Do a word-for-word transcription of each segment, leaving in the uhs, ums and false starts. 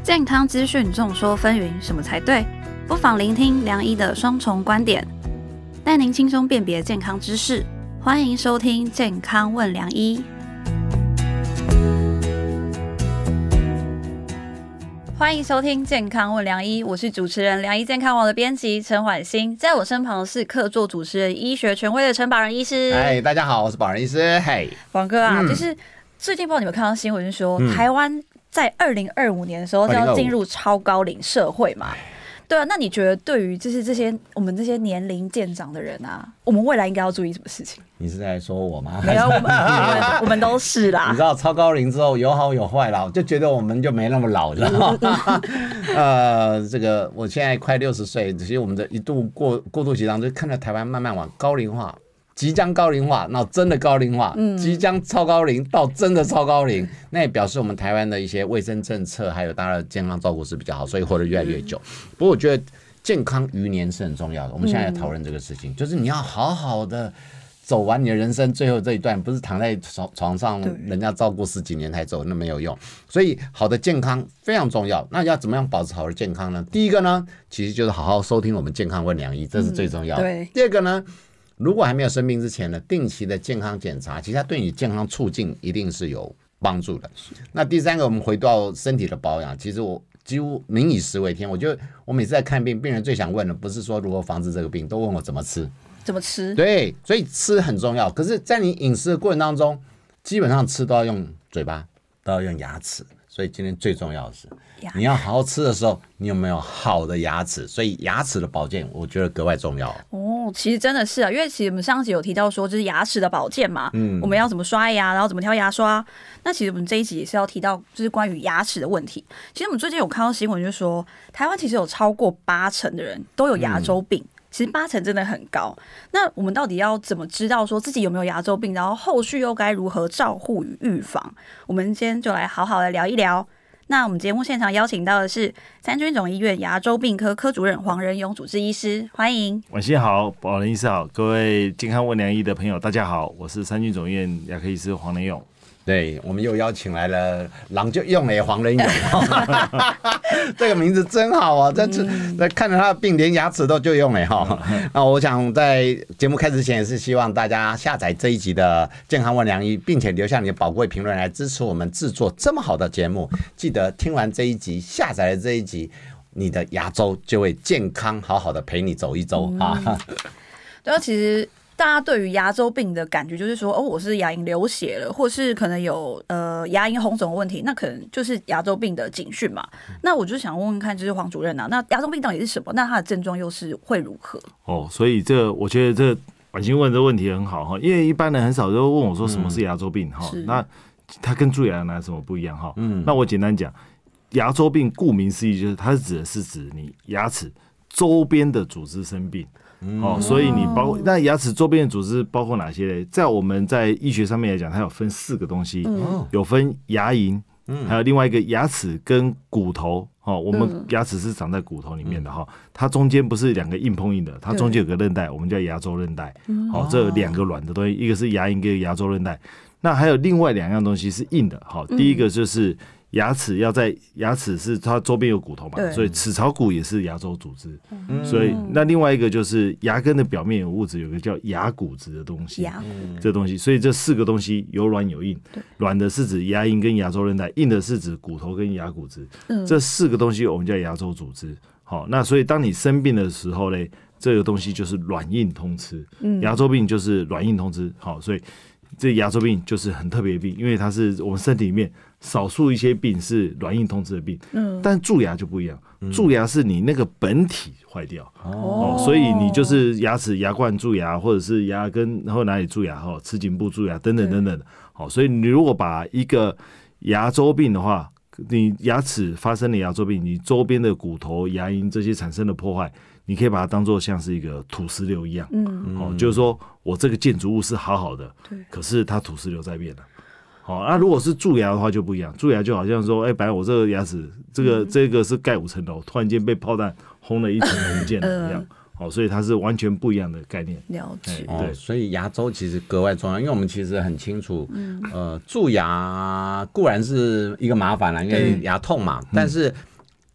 健康资讯众说纷纭，什么才对？不妨聆听良医的双重观点，带您轻松辨别健康知识。欢迎收听《健康问良医》。欢迎收听《健康问良医》，我是主持人良医健康网的编辑陈婉欣，在我身旁是客座主持人、医学权威的陈保仁医师。 嗨，大家好，我是保仁医师。嘿， 王哥啊， 嗯、 就是最近不知道你们看到新闻，说、嗯、台湾在二零二五年的时候就要进入超高龄社会嘛？对啊，那你觉得对于就是这些我们这些年龄渐长的人啊，我们未来应该要注意什么事情？ 你是在说我吗？ 没有，我们我们我们都是啦。 你知道超高龄之后有好有坏啦，我就觉得我们就没那么老，知道吗？呃，这个我现在快六十岁，其实我们的一度过过渡期当中，就看到台湾慢慢往高龄化。即将高龄化，那真的高龄化，嗯、即将超高龄到真的超高龄，那也表示我们台湾的一些卫生政策还有大家的健康照顾是比较好，所以活得越来越久。嗯、不过我觉得健康余年是很重要的，我们现在要讨论这个事情，嗯、就是你要好好的走完你的人生最后这一段，不是躺在床上人家照顾十几年才走，那没有用。所以好的健康非常重要。那要怎么样保持好的健康呢？第一个呢，其实就是好好收听我们健康问良医，这是最重要的。嗯、对。第二个呢，如果还没有生病之前呢，定期的健康检查，其实它对你健康促进一定是有帮助的。那第三个，我们回到身体的保养，其实我几乎民以食为天。我觉得我每次在看病，病人最想问的不是说如何防治这个病，都问我怎么吃。 怎么吃？ 对，所以吃很重要。可是，在你饮食的过程当中，基本上吃都要用嘴巴，都要用牙齿。所以今天最重要的是，你要好好吃的时候，你有没有好的牙齿？所以牙齿的保健，我觉得格外重要。 哦，其实真的是啊，因为其实我们上集有提到说，就是牙齿的保健嘛，嗯，我们要怎么刷牙，然后怎么挑牙刷。那其实我们这一集也是要提到，就是关于牙齿的问题。其实我们最近有看到新闻，就是说台湾其实有超过八成的人都有牙周病。嗯，其实八成真的很高，那我们到底要怎么知道说自己有没有牙周病，然后后续又该如何照护与预防？我们今天就来好好的聊一聊。那我们节目现场邀请到的是三军总医院牙周病科科主任黄仁勇主治医师，欢迎。 晚上好，保仁医师好，各位健康问良医的朋友大家好，我是三军总医院牙科医师黄仁勇。对， 我们又邀请来了郎就用了黄仁勇，这个名字真好啊！这次看着他的病，连牙齿都就用了哈。那我想在节目开始前，也是希望大家下载这一集的健康问良医，并且留下你的宝贵评论来支持我们制作这么好的节目。记得听完这一集，下载了这一集，你的牙周就会健康好好的陪你走一周啊。 嗯、对啊，其实。大家对于牙周病的感觉就是说，哦，我是牙龈流血了，或是可能有呃牙龈红肿的问题，那可能就是牙周病的警讯嘛。那我就想问问看，就是黄主任啊，那牙周病到底是什么？那它的症状又是会如何？ 哦，所以这个我觉得这个婉欣问这个问题很好哈，因为一般人很少都问我说什么是牙周病哈、嗯，那它跟蛀牙有什么不一样哈？嗯，那我简单讲，牙周病顾名思义就是它是指的是指你牙齿周边的组织生病。哦，所以你包那牙齿周边的组织包括哪些呢？在我们在医学上面来讲，它有分四个东西，嗯、有分牙龈，嗯、还有另外一个牙齿跟骨头。哦，我们牙齿是长在骨头里面的哈，嗯、它中间不是两个硬碰硬的，它中间有个韧带，我们叫牙周韧带。好、哦，这有两个软的东西，一个是牙龈，一个牙周韧带。那还有另外两样东西是硬的。好，第一个就是牙齿要在牙齿是它周边有骨头嘛，所以齿槽骨也是牙周组织。嗯、所以那另外一个就是牙根的表面有物质，有个叫牙骨质的东西。嗯、这东西，所以这四个东西有软有硬。软的是指牙龈跟牙周韧带，硬的是指骨头跟牙骨质。嗯、这四个东西我们叫牙周组织。好，那所以当你生病的时候呢，这个东西就是软硬通吃。嗯、牙周病就是软硬通吃。好，所以这牙周病就是很特别的病，因为它是我们身体里面少数一些病是软硬通吃的病，嗯，但蛀牙就不一样，嗯、蛀牙是你那个本体坏掉，哦，所以你就是牙齿牙冠蛀牙，或者是牙根然后哪里蛀牙，哈，齿颈部蛀牙等等等等，好，所以你如果把一个牙周病的话，你牙齿发生的牙周病，你周边的骨头、牙龈这些产生的破坏，你可以把它当作像是一个土石流一样，嗯，哦，就是说我这个建筑物是好好的，对，可是它土石流在变了。好，那、啊、如果是蛀牙的话就不一样，蛀牙就好像说，哎、欸，本来我这个牙齿，这个、嗯、这个是盖五层楼，突然间被炮弹轰了一层不见了一样。好，所以它是完全不一样的概念。 了解。 哦，所以牙周其实格外重要，因为我们其实很清楚，嗯、呃，蛀牙固然是一个麻烦啦，因为牙痛嘛，但是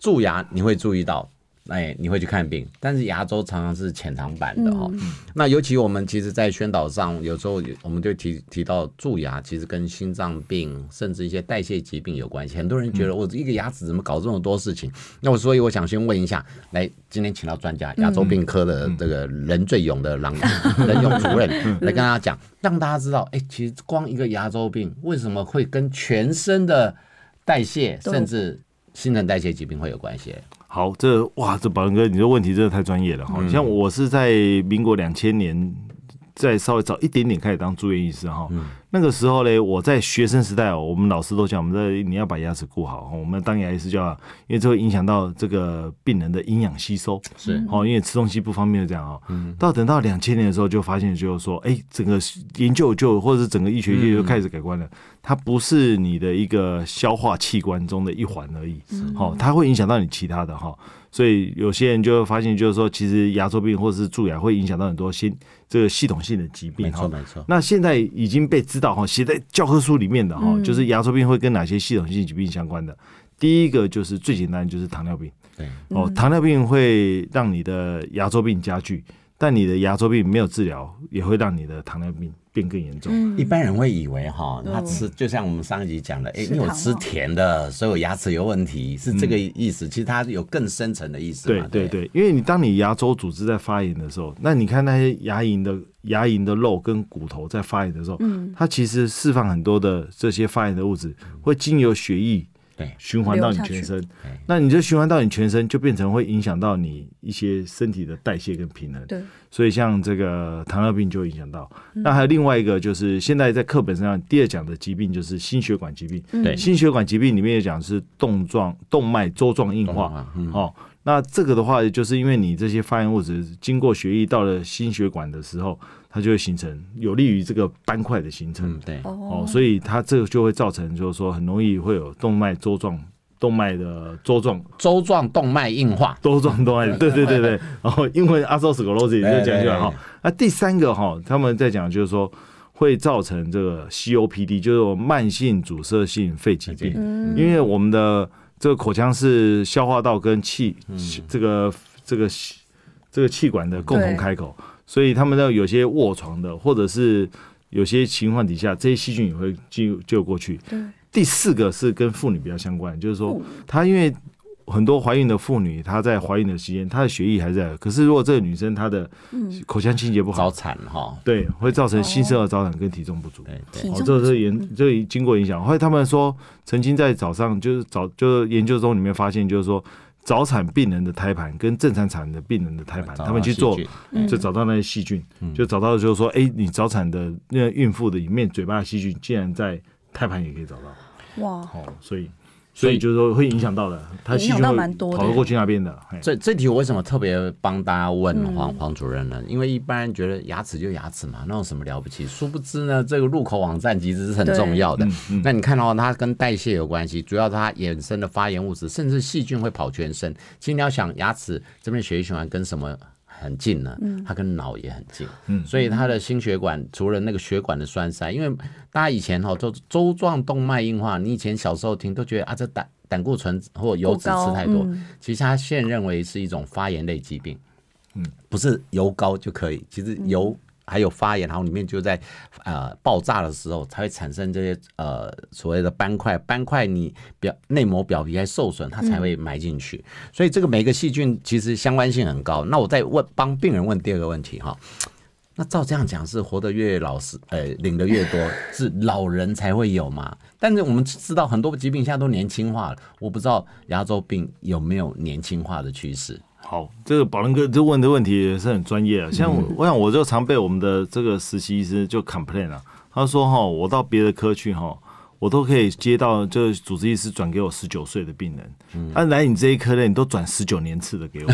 蛀牙你会注意到。哎，你会去看病，但是牙周常常是潜藏版的哈、哦嗯。那尤其我们其实，在宣导上，有时候我们就提提到蛀牙，其实跟心脏病甚至一些代谢疾病有关系。很多人觉得我一个牙齿怎么搞这么多事情？那我所以我想先问一下，来，今天请到专家，牙周病科的这个人最勇的郎任勇主任来跟大家讲，让大家知道，哎，其实光一个牙周病为什么会跟全身的代谢甚至新陈代谢疾病会有关系？ 好，这哇，这宝仁哥，你这问题真的太专业了哈、嗯。像我是在民国两千年，再稍微早一点点开始当住院医师哈、嗯。那个时候呢，我在学生时代哦，我们老师都讲，我们在你要把牙齿顾好，我们当牙医师就要，因为这会影响到这个病人的营养吸收，是哦，因为吃东西不方便这样哦。嗯、到等到两千年的时候，就发现就是说，哎，整个研究就或者是整个医学界就开始改观了。嗯它不是你的一个消化器官中的一环而已，好、嗯，它会影响到你其他的哈，所以有些人就会发现，就是说，其实牙周病或者是蛀牙会影响到很多新这个系统性的疾病， 没错没错。 那现在已经被知道哈，写在教科书里面的哈、嗯，就是牙周病会跟哪些系统性疾病相关的。第一个就是最简单，就是糖尿病，对，哦，糖尿病会让你的牙周病加剧。但你的牙周病没有治疗，也会让你的糖尿病变更严重。 嗯、一般人会以为哈，他吃就像我们上一集讲的，哎、欸，因为我吃甜的，所以我牙齿有问题，是这个意思。嗯、其实它有更深层的意思嘛。 对对对，因为你当你牙周组织在发炎的时候，那你看那些牙龈的牙龈的肉跟骨头在发炎的时候，嗯、它其实释放很多的这些发炎的物质，会经由血液。对，循环到你全身，那你这循环到你全身，就变成会影响到你一些身体的代谢跟平衡。对，所以像这个糖尿病就会影响到。嗯、那还有另外一个，就是现在在课本上第二讲的疾病就是心血管疾病。对、嗯，心血管疾病里面也讲是动状动脉粥状硬化。嗯、哦，那这个的话，就是因为你这些发炎物质经过血液到了心血管的时候。它就会形成有利于这个斑块的形成，嗯、对，哦，所以它这个就会造成，就是说很容易会有动脉粥状、动脉的粥状、 粥状动脉硬化、 粥状动脉，对对对对，然后英文 atherosclerosis 就讲起来哈。那第三个哈，他们在讲就是说会造成这个 C O P D， 就是慢性阻塞性肺疾病，嗯、因为我们的这个口腔是消化道跟气、嗯、这个这个这个气管的共同开口。所以他们的有些卧床的，或者是有些情况底下，这些细菌也会进就过去。第四个是跟妇女比较相关，就是说，她因为很多怀孕的妇女，她在怀孕的期间，她的血液还在，可是如果这个女生她的口腔清洁不好， 早产哈， 对，会造成新生儿早产跟体重不足。对，哦，这是研这经过影响。后来他们说，曾经在早上就是早就是研究中里面发现，就是说。早产病人的胎盘跟正常产的病人的胎盘，他们去做，就找到那些细菌，嗯、就找到就是说，哎、欸，你早产的那个孕妇的里面嘴巴的细菌，竟然在胎盘也可以找到，哇！哦，所以。所以就是说会影响到的，它细菌会跑过去那边的。 这这题我为什么特别帮大家问黄、嗯、黄主任呢？因为一般人觉得牙齿就牙齿嘛，那有什么了不起？殊不知呢，这个入口网站其实是很重要的。嗯嗯、那你看到、哦、它跟代谢有关系，主要它衍生的发炎物质，甚至细菌会跑全身。其实你要想，牙齿这边血液循环跟什么？很近呢，它跟脑也很近，嗯、所以它的心血管除了那个血管的栓塞，因为大家以前哈都粥状动脉硬化，你以前小时候听都觉得啊这胆胆固醇或油脂吃太多，嗯、其实它现在认为是一种发炎类疾病，嗯，不是油高就可以，其实油。还有发炎，然后里面就在呃爆炸的时候才会产生这些呃所谓的斑块，斑块你表内膜表皮还受损，它才会埋进去。嗯、所以这个每个细菌其实相关性很高。那我再问帮病人问第二个问题哈，那照这样讲是活得越老是呃领得越多，是老人才会有吗？但是我们知道很多疾病现在都年轻化了，我不知道牙周病有没有年轻化的趋势。 好，这个宝仁哥这问的问题也是很专业啊。像我，嗯、我想我就常被我们的这个实习医师就 complain 啊，他说哈，我到别的科去哈，我都可以接到这个主治医师转给我十九岁的病人，嗯，啊，来你这一科呢，你都转十九年次的给我，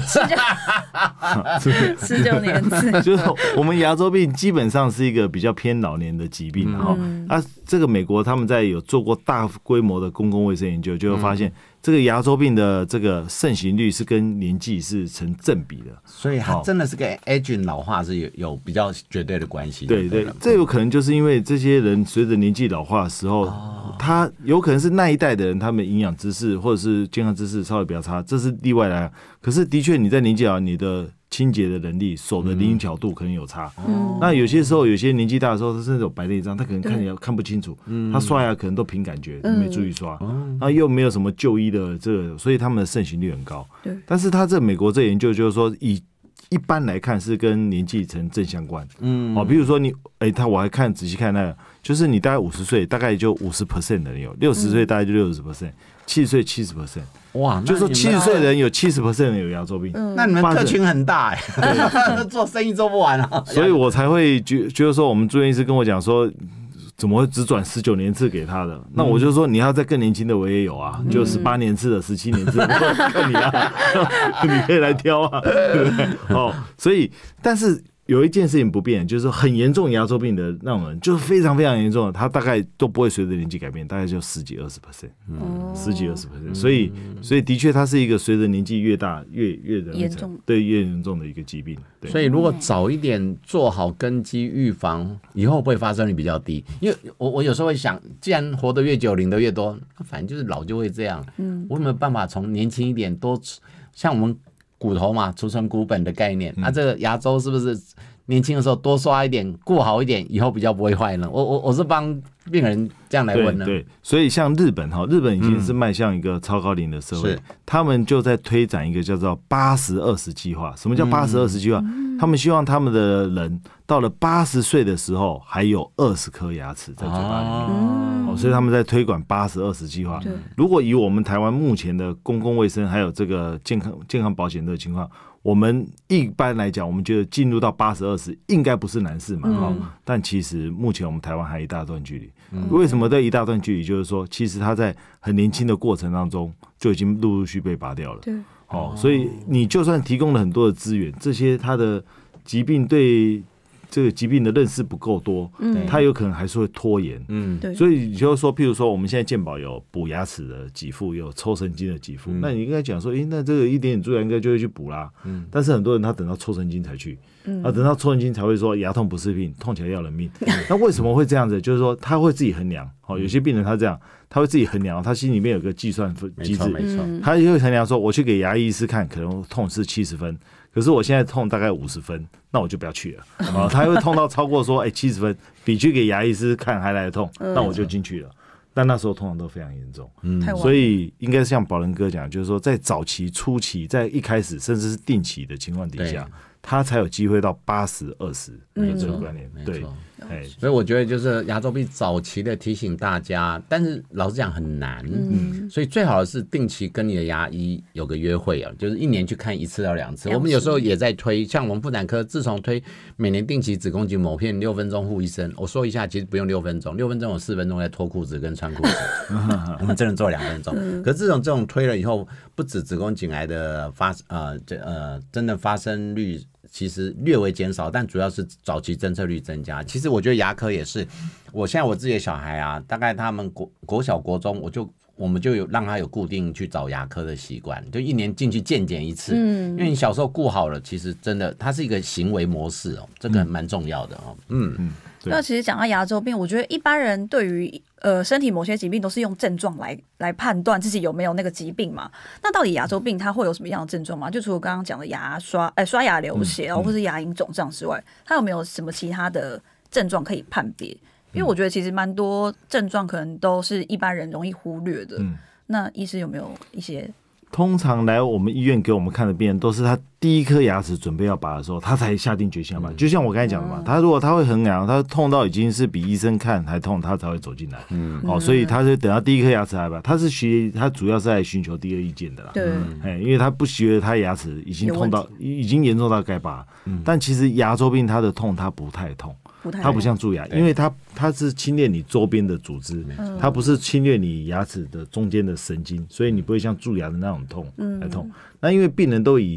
十九年次， 就是我们牙周病基本上是一个比较偏老年的疾病哈。嗯、啊，这个美国他们在有做过大规模的公共卫生研究，就会发现这个牙周病的这个盛行率是跟年纪是成正比的， 所以它真的是跟 aging 老化是有有比较绝对的关系。 对 对, 对，这有可能就是因为这些人随着年纪老化的时候，哦、他有可能是那一代的人，他们营养知识或者是健康知识稍微比较差，这是例外来。可是的确你在年纪老，你的清洁的能力、手的灵巧度可能有差。嗯、那有些时候，有些年纪大的时候，他甚至有白内障，他可能看起来看不清楚，嗯、他刷牙可能都凭感觉，嗯、没注意刷，嗯、然后又没有什么就医的这个，所以他们的盛行率很高。对，但是他这美国这研究就是说，以一般来看是跟年纪成正相关。嗯，哦，比如说你，哎、欸，他我还看仔细看那个，就是你大概五十岁，大概就五十 percent 的人有；六十岁大概就六十 percent， 七十岁七十 percent。哇，就是说七十岁的人有七十 percent 的人有牙周病， 嗯、那你们客群很大哎、欸，做生意做不完啊。 所以我才会觉觉得说，我们住院医师跟我讲说，怎么会只转十九年次给他的？那我就说你要再更年轻的我也有啊，就十八年次的、十七年次的，看你啊，你可以来挑啊，对不对？哦，所以但是。有一件事情不变，就是说很严重牙周病的那种人，就是非常非常严重的，他大概都不会随着年纪改变，大概就十几二十 percent， 十几二十 percent， 所以所以的确它是一个随着年纪越大越越严重，对越严重的一个疾病。对， 所以如果早一点做好根基预防，以后不会发生率比较低。因为我我有时候会想，既然活得越久，领得越多，反正就是老就会这样。嗯，我有没有办法从年轻一点多，像我们。骨头嘛，储存骨本的概念，那、嗯啊、这个牙周是不是年轻的时候多刷一点，顾好一点，以后比较不会坏呢？我我我是帮病人这样来问的。 对，对，所以像日本哈，日本已经是迈向一个超高龄的社会，嗯、他们就在推展一个叫做八十二十计划。什么叫八十二十计划？嗯、他们希望他们的人到了八十岁的时候，还有二十颗牙齿在嘴巴里面。哦所以他们在推广八十二十计划。如果以我们台湾目前的公共卫生还有这个健康健康保险的情况，我们一般来讲，我们觉得进入到八十二十应该不是难事嘛。嗯、但其实目前我们台湾还一大段距离。嗯、为什么这一大段距离？就是说，其实他在很年轻的过程当中就已经陆陆续被拔掉了。对，哦，所以你就算提供了很多的资源，这些他的疾病对。这个疾病的认识不够多，嗯，他有可能还是会拖延，嗯，对，所以就是说，譬如说，我们现在健保有补牙齿的给付，有抽神经的给付，嗯、那你应该讲说，诶，那这个一点点蛀牙应该就会去补啦，嗯，但是很多人他等到抽神经才去，嗯，啊，等到抽神经才会说牙痛不是病，痛起来要人命，嗯、那为什么会这样子？就是说他会自己衡量，哦，有些病人他这样，他会自己衡量，他心里面有个计算机制，没错，他就会衡量说，我去给牙医师看，可能痛是七十分。可是我现在痛大概五十分，那我就不要去了。啊，他会痛到超过说，哎、欸，七十分，比去给牙医师看还来得痛，嗯、那我就进去了。但那时候通常都非常严重，嗯，所以应该像宝仁哥讲，就是说在早期、初期，在一开始甚至是定期的情况底下，他才有机会到八十二十这个观念，对。 所以我觉得就是牙周病早期的提醒大家，但是老实讲很难，嗯，所以最好的是定期跟你的牙医有个约会啊，就是一年去看一次到两次。我们有时候也在推，像我们妇产科自从推每年定期子宫颈抹片六分钟护一生，我说一下，其实不用六分钟，六分钟有四分钟在脱裤子跟穿裤子，我们真的做两分钟。可是这种这种推了以后，不止子宫颈癌的发呃这呃真的发生率。其实略微减少，但主要是早期侦测率增加。其实我觉得牙科也是，我现在我自己的小孩啊，大概他们国国小国中，我就我们就有让他有固定去找牙科的习惯，就一年进去健检一次。嗯，因为你小时候顾好了，其实真的它是一个行为模式哦，这个蛮重要的哦。嗯嗯。 那其实讲到牙周病，我觉得一般人对于呃身体某些疾病都是用症状来来判断自己有没有那个疾病嘛。那到底牙周病它会有什么样的症状吗？就除了刚刚讲的牙刷、呃刷牙流血，然后或是牙龈肿胀之外，它有没有什么其他的症状可以判别？因为我觉得其实蛮多症状可能都是一般人容易忽略的。嗯、那医师有没有一些？ 通常来我们医院给我们看的病人，都是他第一颗牙齿准备要拔的时候，他才下定决心要拔。嗯、就像我刚才讲的嘛，他如果他会很痒，他痛到已经是比医生看还痛，他才会走进来。嗯，哦，所以他是等到第一颗牙齿来拔，他是学，他主要是在寻求第二意见的啦。对，哎，因为他不觉得他牙齿已经痛到，已经严重到该拔。嗯，但其实牙周病它的痛，它不太痛。它不像蛀牙，因为它它是侵略你周边的组织，它不是侵略你牙齿的中间的神经，所以你不会像蛀牙的那种痛来痛。那因为病人都以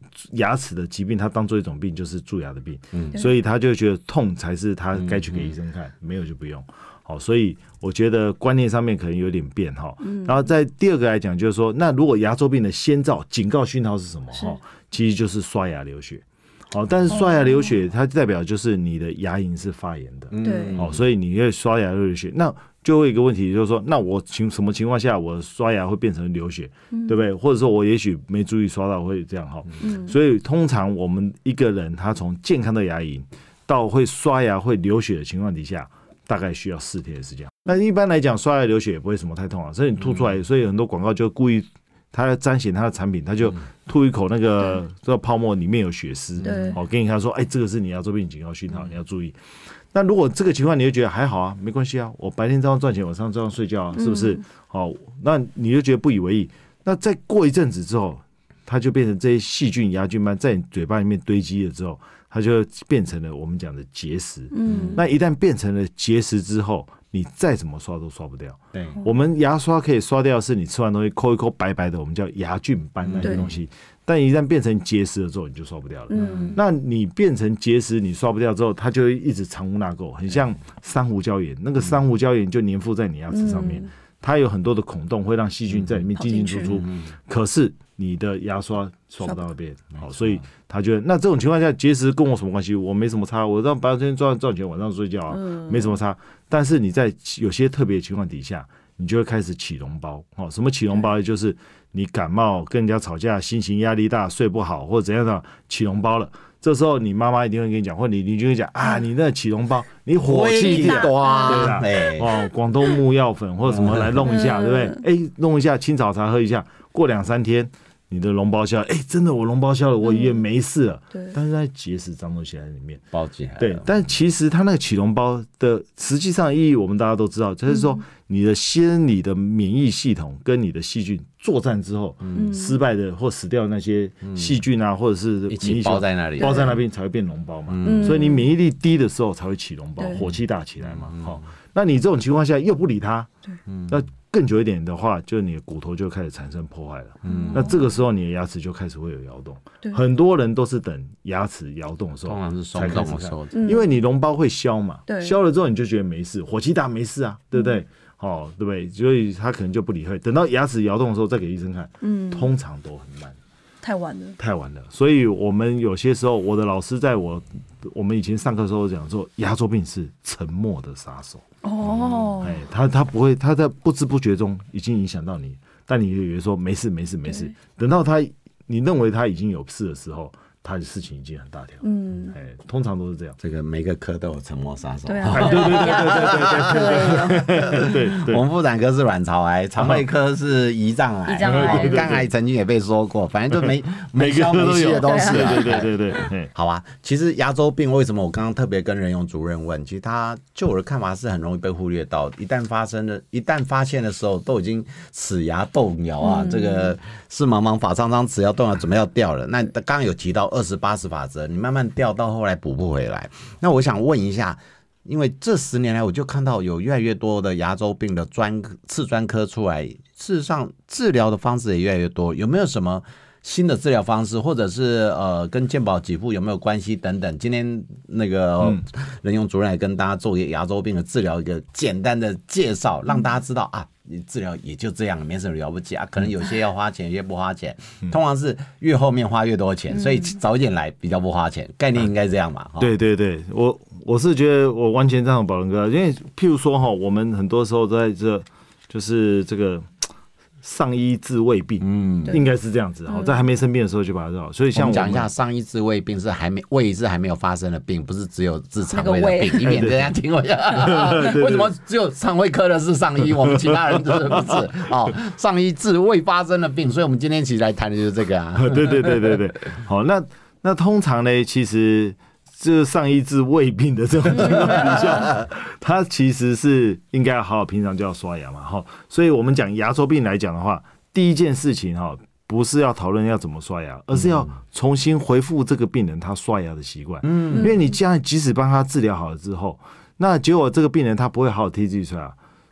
牙齿的疾病，他当做一种病，就是蛀牙的病，嗯，所以他就觉得痛才是他该去给医生看，嗯嗯、没有就不用。好，所以我觉得观念上面可能有点变哈。嗯、然后在第二个来讲，就是说，那如果牙周病的先兆、警告讯号是什么？哈，其实就是刷牙流血。好，但是刷牙流血，它代表就是你的牙龈是发炎的。 对。 好，所以你会刷牙流血，那就会有一个问题，就是说，那我情什么情况下我刷牙会变成流血，嗯、对不对？或者说我也许没注意刷到会这样哈。嗯、所以通常我们一个人他从健康的牙龈到会刷牙会流血的情况底下，大概需要四天的时间。那一般来讲，刷牙流血也不会什么太痛啊，所以你吐出来，嗯、所以很多广告就故意。他要彰显他的产品，他就吐一口那个这个泡沫里面有血丝，好、哦、给你看说，哎，这个是你牙周病警告讯号，你要注意。那如果这个情况你就觉得还好啊，没关系啊，我白天照样赚钱，晚上照样睡觉啊，是不是？好、嗯哦，那你就觉得不以为意。那再过一阵子之后，它就变成这些细菌、牙菌斑在你嘴巴里面堆积了之后，它就变成了我们讲的结石。嗯，那一旦变成了结石之后，你再怎么刷都刷不掉。对，我们牙刷可以刷掉，是你吃完东西抠一抠白白的，我们叫牙菌斑那些东西。但一旦变成结石了之后，你就刷不掉了。嗯，那你变成结石，你刷不掉之后，它就会一直藏污纳垢，很像珊瑚礁炎。那个珊瑚礁炎就粘附在你牙齿上面，嗯、它有很多的孔洞，会让细菌在里面进进出出。嗯、可是你的牙刷刷不到那边，好，所以他觉得那这种情况下，结石跟我什么关系？我没什么差，我让白天赚赚钱，晚上睡觉啊，嗯、没什么差。但是你在有些特别的情况底下，你就会开始起脓包。哦，什么起脓包？就是你感冒、跟人家吵架、心情压力大、睡不好或者怎样的起脓包了。这时候你妈妈一定会跟你讲，或者你邻居会讲啊，你那起脓包，你火气大，对啦，哦，广东木药粉或者什么来弄一下，对不对？哎，弄一下青草茶喝一下，过两三天。你的脓包消了，哎、欸，真的我脓包消了，我以为没事了，嗯、但是它结石脏东西在里面，包起来了。对，但其实它那个起脓包的实际上意义，我们大家都知道，就是说你的先你的免疫系统跟你的细菌作战之后，嗯、失败的或死掉的那些细菌啊，嗯、或者是免疫系统一起包在那里，包在那边才会变脓包嘛。嗯、所以你免疫力低的时候才会起脓包，火气大起来嘛。好、嗯，那你这种情况下又不理它，那更久一点的话，就是你的骨头就开始产生破坏了。嗯，那这个时候你的牙齿就开始会有摇动。对，很多人都是等牙齿摇动的时候，通常是松动的时候，因为你脓包会消嘛，对，消了之后你就觉得没事，火气大没事啊，对不对？嗯、哦，对不对？所以他可能就不理会，等到牙齿摇动的时候再给医生看，嗯，通常都很慢。 太晚了， 太晚了。所以我们有些时候，我的老师在我我们以前上课的时候讲说，牙周病是沉默的杀手。哦，哎，他他不会，他在不知不觉中已经影响到你，但你以为说没事没事没事，等到他你认为他已经有事的时候，他的事情已经很大条。嗯，哎，通常都是这样。 这个每个科都有沉默杀手。 对啊， 对对对对对对对对。 我们妇产科是卵巢癌，肠胃科是胰脏癌，肝癌曾经也被说过，反正就没没消没息的东西。 对对对对对。 好啊，其实牙周病为什么我刚刚特别跟任勇主任问，其实他就我的看法是很容易被忽略到，一旦发生的，一旦发现的时候，都已经齿牙动摇啊，这个视茫茫发苍苍，齿牙动摇，准备要掉了。那刚刚有提到二十八十法则，你慢慢掉到后来补不回来。那我想问一下，因为这十年来我就看到有越来越多的牙周病的专次专科出来，事实上治疗的方式也越来越多，有没有什么新的治疗方式，或者是呃跟健保给付有没有关系等等？今天那个、嗯、任勇主任来跟大家做一个牙周病的治疗一个简单的介绍，让大家知道啊。治疗也就这样，没什么了不起啊。可能有些要花钱，有些不花钱。通常是越后面花越多钱，所以早一点来比较不花钱。概念应该这样嘛？ 对对对，我我是觉得我完全赞同宝仁哥，因为譬如说哈，我们很多时候在这就是这个。上医治未病，嗯，应该是这样子。好，在还没生病的时候就把它治好。所以像我们讲一下，上医治未病是还没胃是还没有发生的病，不是只有治肠胃的病，以免人家听我讲。为什么只有肠胃科的是上医，我们其他人就是不治？哦，上医治未发生的病，所以我们今天其实来谈的就是这个啊。 对对对对对。好，那那通常呢，其实。这上医治未病的这种情况底下，它其实是应该要好好平常就要刷牙嘛，哈。所以我们讲牙周病来讲的话，第一件事情哈，不是要讨论要怎么刷牙，而是要重新恢复这个病人他刷牙的习惯。嗯，因为你将来即使帮他治疗好了之后，那结果这个病人他不会好好替自己刷牙，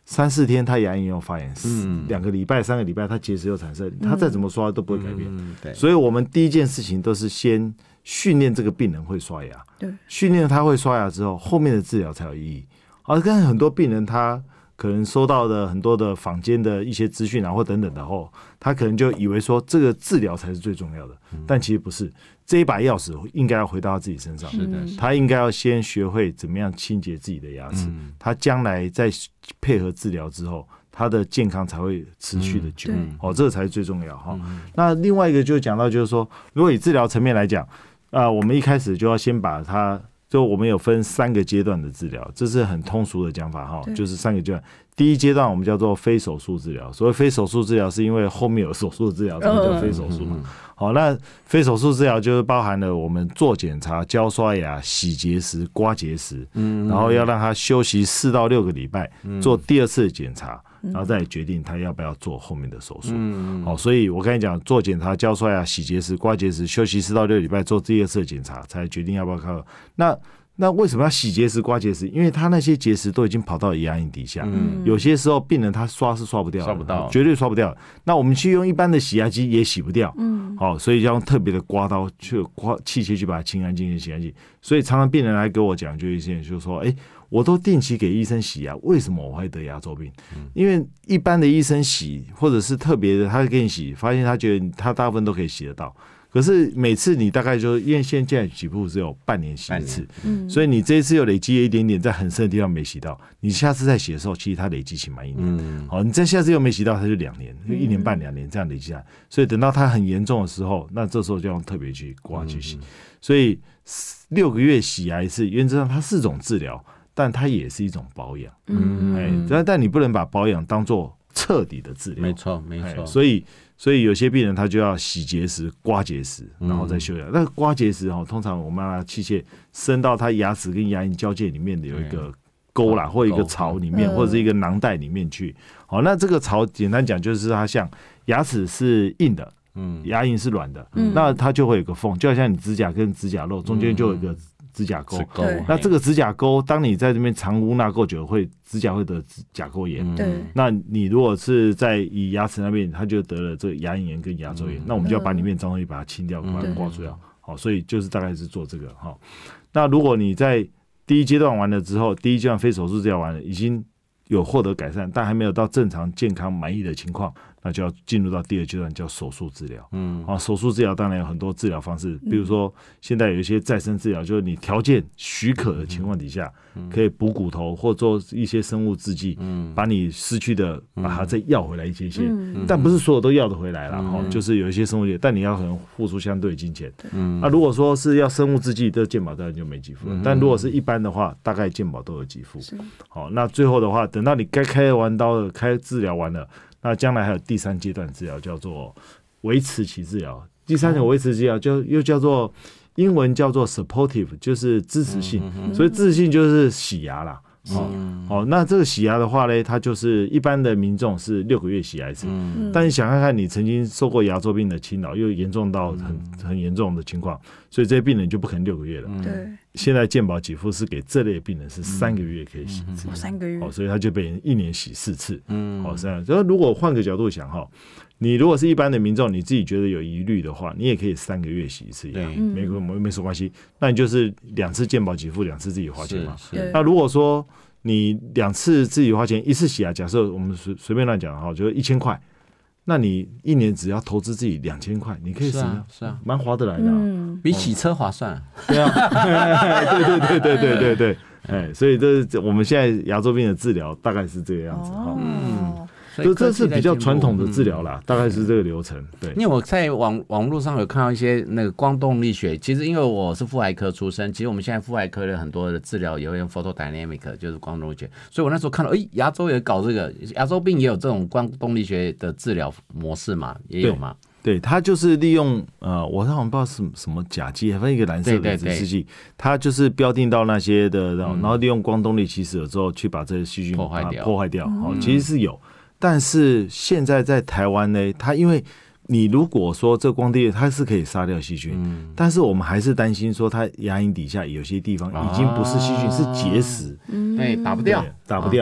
三四天他牙龈又发炎，嗯，两个礼拜、三个礼拜他结石又产生，他再怎么刷都不会改变。 嗯、对， 所以我们第一件事情都是先训练这个病人会刷牙， 对， 训练他会刷牙之后，后面的治疗才有意义。而跟很多病人他可能收到的很多的坊间的一些资讯啊，或等等的后，他可能就以为说这个治疗才是最重要的，嗯、但其实不是。这一把钥匙应该要回到他自己身上， 是的， 他应该要先学会怎么样清洁自己的牙齿，嗯、他将来在配合治疗之后，他的健康才会持续的久，嗯、哦，这个才是最重要哈。嗯、那另外一个就讲到就是说，如果以治疗层面来讲，啊、呃，我们一开始就要先把它。就我们有分三个阶段的治疗，这是很通俗的讲法哈，就是三个阶段。第一阶段我们叫做非手术治疗，所谓非手术治疗是因为后面有手术治疗，才叫非手术嘛。好，那非手术治疗就是包含了我们做检查、教刷牙、洗结石、刮结石，然后要让他休息四到六个礼拜，做第二次的检查。然后再决定他要不要做后面的手术。嗯，好，所以我跟你讲，做检查、教刷牙、洗结石、刮结石，休息四到六礼拜，做第二次的检查，才决定要不要靠。那那为什么要洗结石、刮结石？因为他那些结石都已经跑到牙龈底下，嗯、有些时候病人他刷是刷不掉的， 刷不到， 绝对刷不掉。那我们去用一般的洗牙机也洗不掉，嗯，好，所以要用特别的刮刀去刮器械去把它清干净、洗干净。所以常常病人来跟我讲，就一些就是说，哎、欸。我都定期给医生洗牙，为什么我会得牙周病？嗯、因为一般的医生洗，或者是特别的，他给你洗，发现他觉得他大部分都可以洗得到。可是每次你大概就因为现在洗护只有半年洗一次，嗯、所以你这一次又累积了一点点在很深的地方没洗到，你下次再洗的时候，其实它累积起码一年。嗯、好，你再下次又没洗到，它就两年，就一年半两年这样累积下来。所以等到它很严重的时候，那这时候就要特别去刮去洗。嗯、所以六个月洗牙一次，原则上它是种治疗。但它也是一种保养，嗯，哎，但但你不能把保养当做彻底的治疗， 没错，没错。 所以，所以有些病人他就要洗结石、刮结石，然后再修牙。那、嗯、刮结石哈，通常我们把器械伸到他牙齿跟牙龈交界里面的有一个沟啦，或一个槽里面，或者是一个囊袋里面去。好，那这个槽简单讲就是它像牙齿是硬的，嗯，牙龈是软的，嗯，那它就会有个缝，就好像你指甲跟指甲肉中间就有一个。指甲沟，那这个指甲沟，当你在这边藏污纳垢久，会指甲会得甲沟炎。对，那你如果是在以牙齿那边，它就得了这个牙龈炎跟牙周炎，嗯、那我们就要把里面脏东西把它清掉，把它刮出来。好，所以就是大概是做这个哈。那如果你在第一阶段完了之后，第一阶段非手术治疗完了，已经有获得改善，但还没有到正常健康满意的情况，那就要进入到第二阶段，叫手术治疗。嗯，啊，手术治疗当然有很多治疗方式，比如说现在有一些再生治疗，就是你条件许可的情况底下，嗯、可以补骨头或做一些生物制剂，嗯，把你失去的把它再要回来一些些，嗯、但不是所有都要得回来了，哈、嗯，就是有一些生物制剂，但你要可能付出相对的金钱。嗯，那、啊、如果说是要生物制剂，这健保当然就没给付了，嗯、但如果是一般的话，大概健保都有给付。好，那最后的话，等到你该开完刀了，开治疗完了。那将来还有第三阶段治疗，叫做维持期治疗。第三种维持治疗就又叫做英文叫做 supportive， 就是支持性。嗯、所以支持性就是洗牙啦。哦，嗯、哦，那这个洗牙的话呢，它就是一般的民众是六个月洗牙一次。嗯、但你想看看，你曾经受过牙周病的侵扰，又严重到很很严重的情况，所以这些病人就不可能六个月了。对、嗯。现在健保给付是给这类病人是三个月可以洗一次， 嗯、三个月， 哦，所以他就被一年洗四次，嗯，好、哦，这样。然后如果换个角度想哈，你如果是一般的民众，你自己觉得有疑虑的话，你也可以三个月洗一次牙，没没没什么关系。那你就是两次健保给付，两次自己花钱嘛。那如果说你两次自己花钱，一次洗牙，假设我们随随便乱讲哈，就是一千块。那你一年只要投资自己两千块，你可以省，是啊，蛮划得来的、啊嗯，比洗车划算、啊。 对啊，对对对对对对对，哎，所以这我们现在牙周病的治疗大概是这个样子哈。哦、嗯。就这是比较传统的治疗啦，嗯、大概是这个流程。对， 因为我在网网络上有看到一些那个光动力学，其实因为我是妇癌科出身，其实我们现在妇癌科的很多的治疗也会用 photodynamic， 就是光动力学。所以我那时候看到，哎、欸，牙周也搞这个，牙周病也有这种光动力学的治疗模式嘛，也有嘛。 对，它就是利用呃，我好像不知道是什么甲基，反正一个蓝色的指示剂，它就是标定到那些的，然后、嗯、然后利用光动力起始了之后，去把这些细菌破坏掉， 破坏掉。哦，其实是有。但是现在在台湾呢，它因为你如果说这光电它是可以杀掉细菌，嗯、但是我们还是担心说它牙龈底下有些地方已经不是细菌，啊、是结石， 对，打不掉， 打不掉。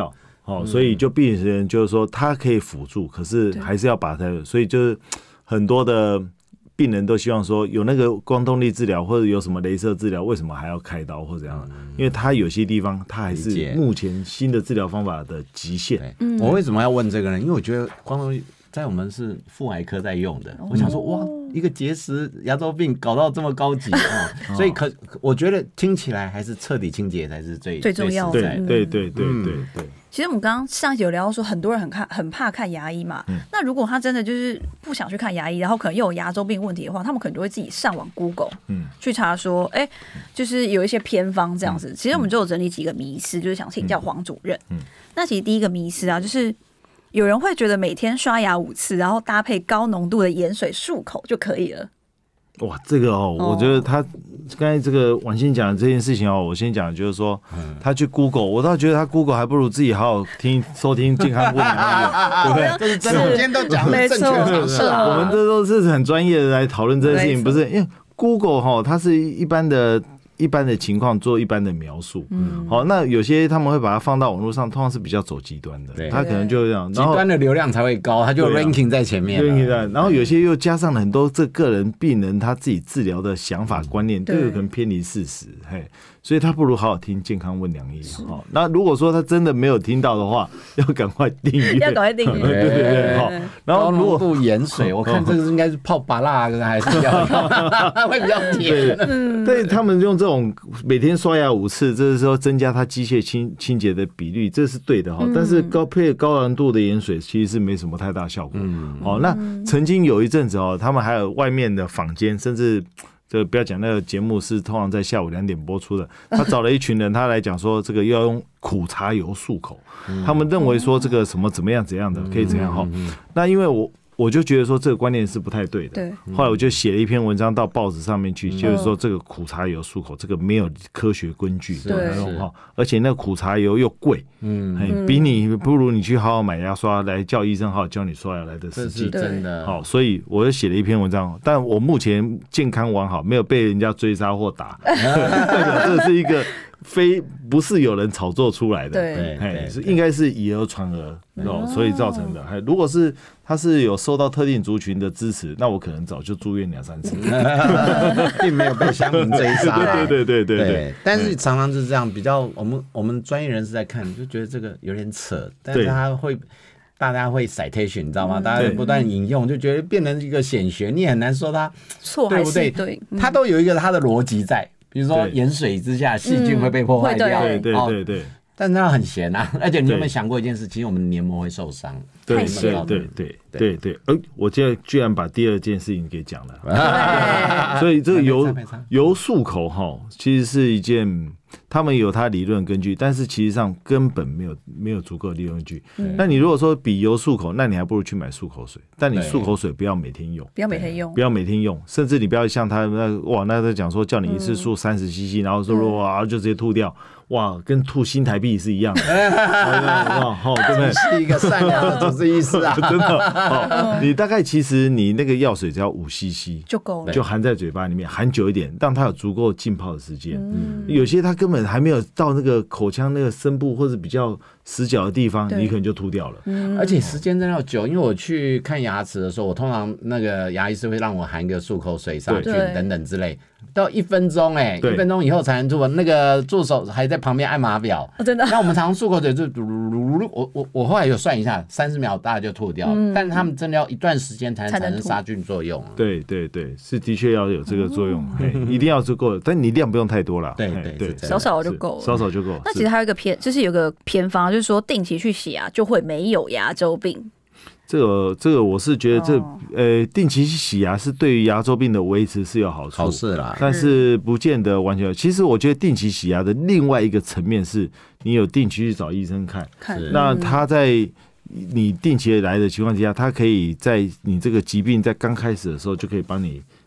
哦，所以就病人就是说它可以辅助，可是还是要把它，所以就是很多的病人都希望说有那个光动力治疗或者有什么雷射治疗，为什么还要开刀或者怎样？因为它有些地方它还是目前新的治疗方法的极限。 我为什么要问这个呢？因为我觉得光动力在我们是妇癌科在用的，我想说哇，一个结石牙周病搞到这么高级啊、哦，所以可我觉得听起来还是彻底清洁才是最最重要的。 对对对对对对。 其实我们刚刚上一集有聊到说，很多人很看很怕看牙医嘛。嗯、那如果他真的就是不想去看牙医，然后可能又有牙周病问题的话，他们可能就会自己上网 Google，嗯，去查说，哎、欸，就是有一些偏方这样子。嗯、其实我们就有整理几个迷思，就是想请教黄主任。嗯，那其实第一个迷思啊，就是有人会觉得每天刷牙五次，然后搭配高浓度的盐水漱口就可以了。 哇，这个哦，我觉得他刚才这个婉欣讲的这件事情哦，我先讲就是说，他去 Google， 我倒觉得他 Google 还不如自己好好听收听健康不良，对不对？ 这是真的，我们今天都讲的正确常识啊。 我们这都是很专业的来讨论这件事情，不是因为 Google 哈，它是一般的。一般的情况做一般的描述，嗯，好，那有些他们会把它放到网络上，通常是比较走极端的，他可能就这样， 极端的流量才会高，他就 ranking 在前面 ，ranking 在，然后有些又加上了很多这个人病人他自己治疗的想法观念，都有可能偏离事实，嘿。所以他不如好好听健康问良医。好，那如果说他真的没有听到的话，要赶快订阅， 要赶快订阅。 对对对，好。然后如果不盐水，我看这个应该是泡拔辣还是要会比较甜。 嗯，对他们用这种每天刷牙五次，这是说增加他机械清清洁的比率，这是对的哈。但是高配高浓度的盐水其实是没什么太大效果。嗯，好，那曾经有一阵子哦，他们还有外面的坊间，甚至。这个不要讲，那个节目是通常在下午两点播出的。他找了一群人，他来讲说这个要用苦茶油漱口，嗯、他们认为说这个什么怎么样怎样的可以怎样哈。嗯、那因为我我就觉得说这个观念是不太对的。对。后来我就写了一篇文章到报纸上面去，嗯、就是说这个苦茶油漱口这个没有科学根据，对，而且那个苦茶油又贵，嗯，比你不如你去好好买牙刷来叫医生好好教你刷牙来的实际， 真的。 好，所以我就写了一篇文章，但我目前健康完好，没有被人家追杀或打，代表这是一个。非不是有人炒作出来的，对，是应该是以讹传讹，哦，所以造成的。如果是他是有受到特定族群的支持，那我可能早就住院两三次， 并没有被乡民追杀。 对对对对 对, 对。但是常常就是这样，比较我们我们专业人士在看，就觉得这个有点扯，但是他会。大家会 citation， 你知道吗？大家不断引用，就觉得变成一个显学，你很难说他错对不对？对，他都有一个他的逻辑在。比如说盐水之下，细菌会被破坏掉， 对对对对。 但是它很咸啊，而且你有没有想过一件事？其实我们的黏膜会受伤。 对对对对对对。哎，我现在居然把第二件事情给讲了，所以这个油油漱口哈，其实是一件。他们有他理论根据，但是其实上根本没有没有足够的理论根据。嗯、那你如果说比油漱口，那你还不如去买漱口水。但你漱口水不要每天用， 不要每天用， 不要每天用，甚至你不要像他那哇，那在讲说叫你一次漱三十 C C， 然后说哇就直接吐掉，哇，跟吐新台币是一样的，好，对不对？ 是一个善良的主治医师啊， 真的。好，你大概其实你那个药水只要五 C C 就够了， 就含在嘴巴里面，含久一点，让它有足够浸泡的时间。嗯、有些它根本还没有到那个口腔那个深部或者比较死角的地方，你可能就吐掉了。 嗯、而且时间真的要久，因为我去看牙齿的时候，我通常那个牙医师会让我含一个漱口水、杀菌等等之类。到一分钟哎、欸，一分钟以后才能吐。那个助手还在旁边按码表， 哦、真的。 那我们常常漱口水就我我我后来有算一下，三十秒大概就吐掉了。嗯、但是他们真的要一段时间才能产生杀菌作用、啊。 对对对，是的确要有这个作用，嗯、一定要足够，但你量不用太多了。 对对对， 少少就够了， 少少就够。 那其实还有一个偏，就是有个偏方，就是说定期去洗牙就会没有牙周病。 这个这个我是觉得这、哦、呃定期洗牙是对于牙周病的维持是有好处， 好事啦， 但是不见得完全。其实我觉得定期洗牙的另外一个层面是，你有定期去找医生看，看那他在你定期来的情况之下，他可以在你这个疾病在刚开始的时候就可以帮你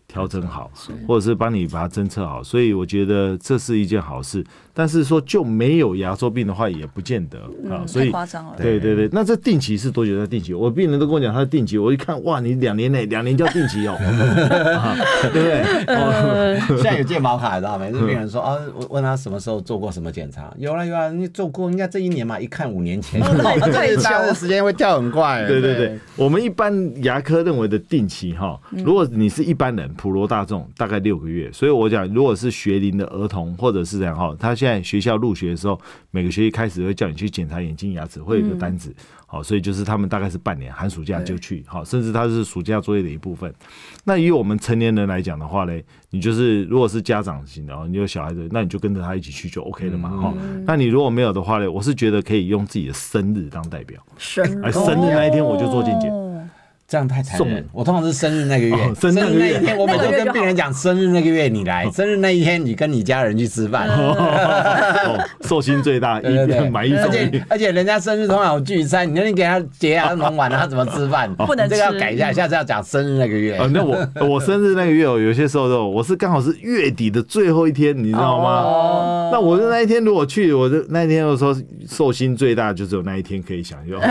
调整好，或者是帮你把它侦测好，所以我觉得这是一件好事。但是说就没有牙周病的话，也不见得啊。 嗯、 所以太夸张了。 对对对，那这定期是多久在定期？我病人都跟我讲他是定期，我一看哇，你两年内两年叫定期哦，啊、对不对？ 呃、现在有健保卡，知道吗？每次病人说啊，我问他什么时候做过什么检查，有了有了，你做过应该这一年嘛，一看五年前， 对， 跳的时间会跳很快。 对对对，我们一般牙科认为的定期哈，如果你是一般人普罗大众，大概六个月。所以我讲，如果是学龄的儿童或者是这样哈，他现在学校入学的时候，每个学期开始会叫你去检查眼睛、牙齿，会有一个单子。好，所以就是他们大概是半年，寒暑假就去，好，甚至他是暑假作业的一部分。那以我们成年人来讲的话呢，你就是如果是家长型的，你有小孩子，那你就跟着他一起去就 OK 了嘛，哈、嗯。那你如果没有的话呢，我是觉得可以用自己的生日当代表， 生日， 哎，生日那一天我就做健检。 这样太残忍。我通常是生日那个月， 哦、 生日那一天，我每次跟病人讲，生日那个月你来，生日那一天你跟你家人去吃饭， 哦，寿星最大， 对对对， 买一送一。 而且而且人家生日通常有聚餐，你你给他节牙弄完了，他怎么吃饭？ 不能吃， 这个要改一下，下次要讲生日那个月。 哦，那我我生日那个月，有些时候我是刚好是月底的最后一天，你知道吗？哦、那我那一天如果去，我就那一天我说寿星最大，就只有那一天可以享用。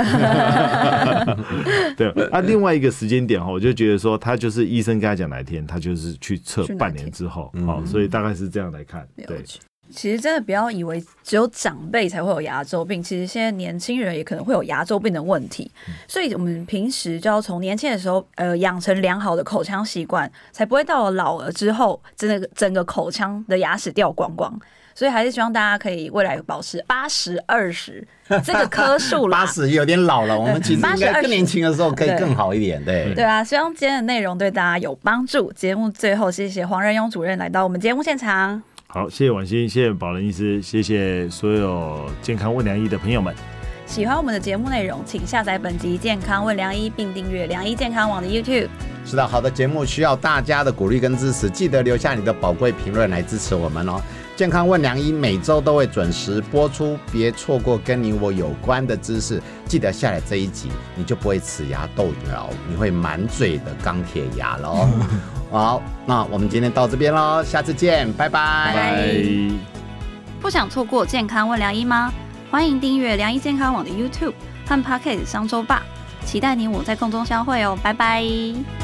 对啊，另外一个时间点我就觉得说，他就是医生跟他讲哪一天，他就是去测半年之后，好、嗯，所以大概是这样来看。对， 其实真的不要以为只有长辈才会有牙周病，其实现在年轻人也可能会有牙周病的问题。所以我们平时就要从年轻的时候，呃，养成良好的口腔习惯，才不会到了老了之后，真的整个口腔的牙齿掉光光。所以还是希望大家可以未来保持八十二十这个颗数啦。 八十有点老了，我们其实应该更年轻的时候可以更好一点。对对啊，希望今天的内容对大家有帮助。节目最后，谢谢黄仁庸主任来到我们节目现场。 好，谢谢婉欣，谢谢宝仁医师，谢谢所有健康问良医的朋友们。 喜欢我们的节目内容，请下载本集健康问良医，并订阅良医健康网的 YouTube。 是的，好的节目需要大家的鼓励跟支持，记得留下你的宝贵评论来支持我们哦。健康问良医每周都会准时播出，别错过跟你我有关的知识。记得下来这一集，你就不会齿牙豆苗，你会满嘴的钢铁牙喽。好，那我们今天到这边喽，下次见，拜拜。 拜拜。 不想错过健康问良医吗？欢迎订阅良医健康网的 YouTube 和 Podcast 商周吧，期待你我在空中相会哦，拜拜。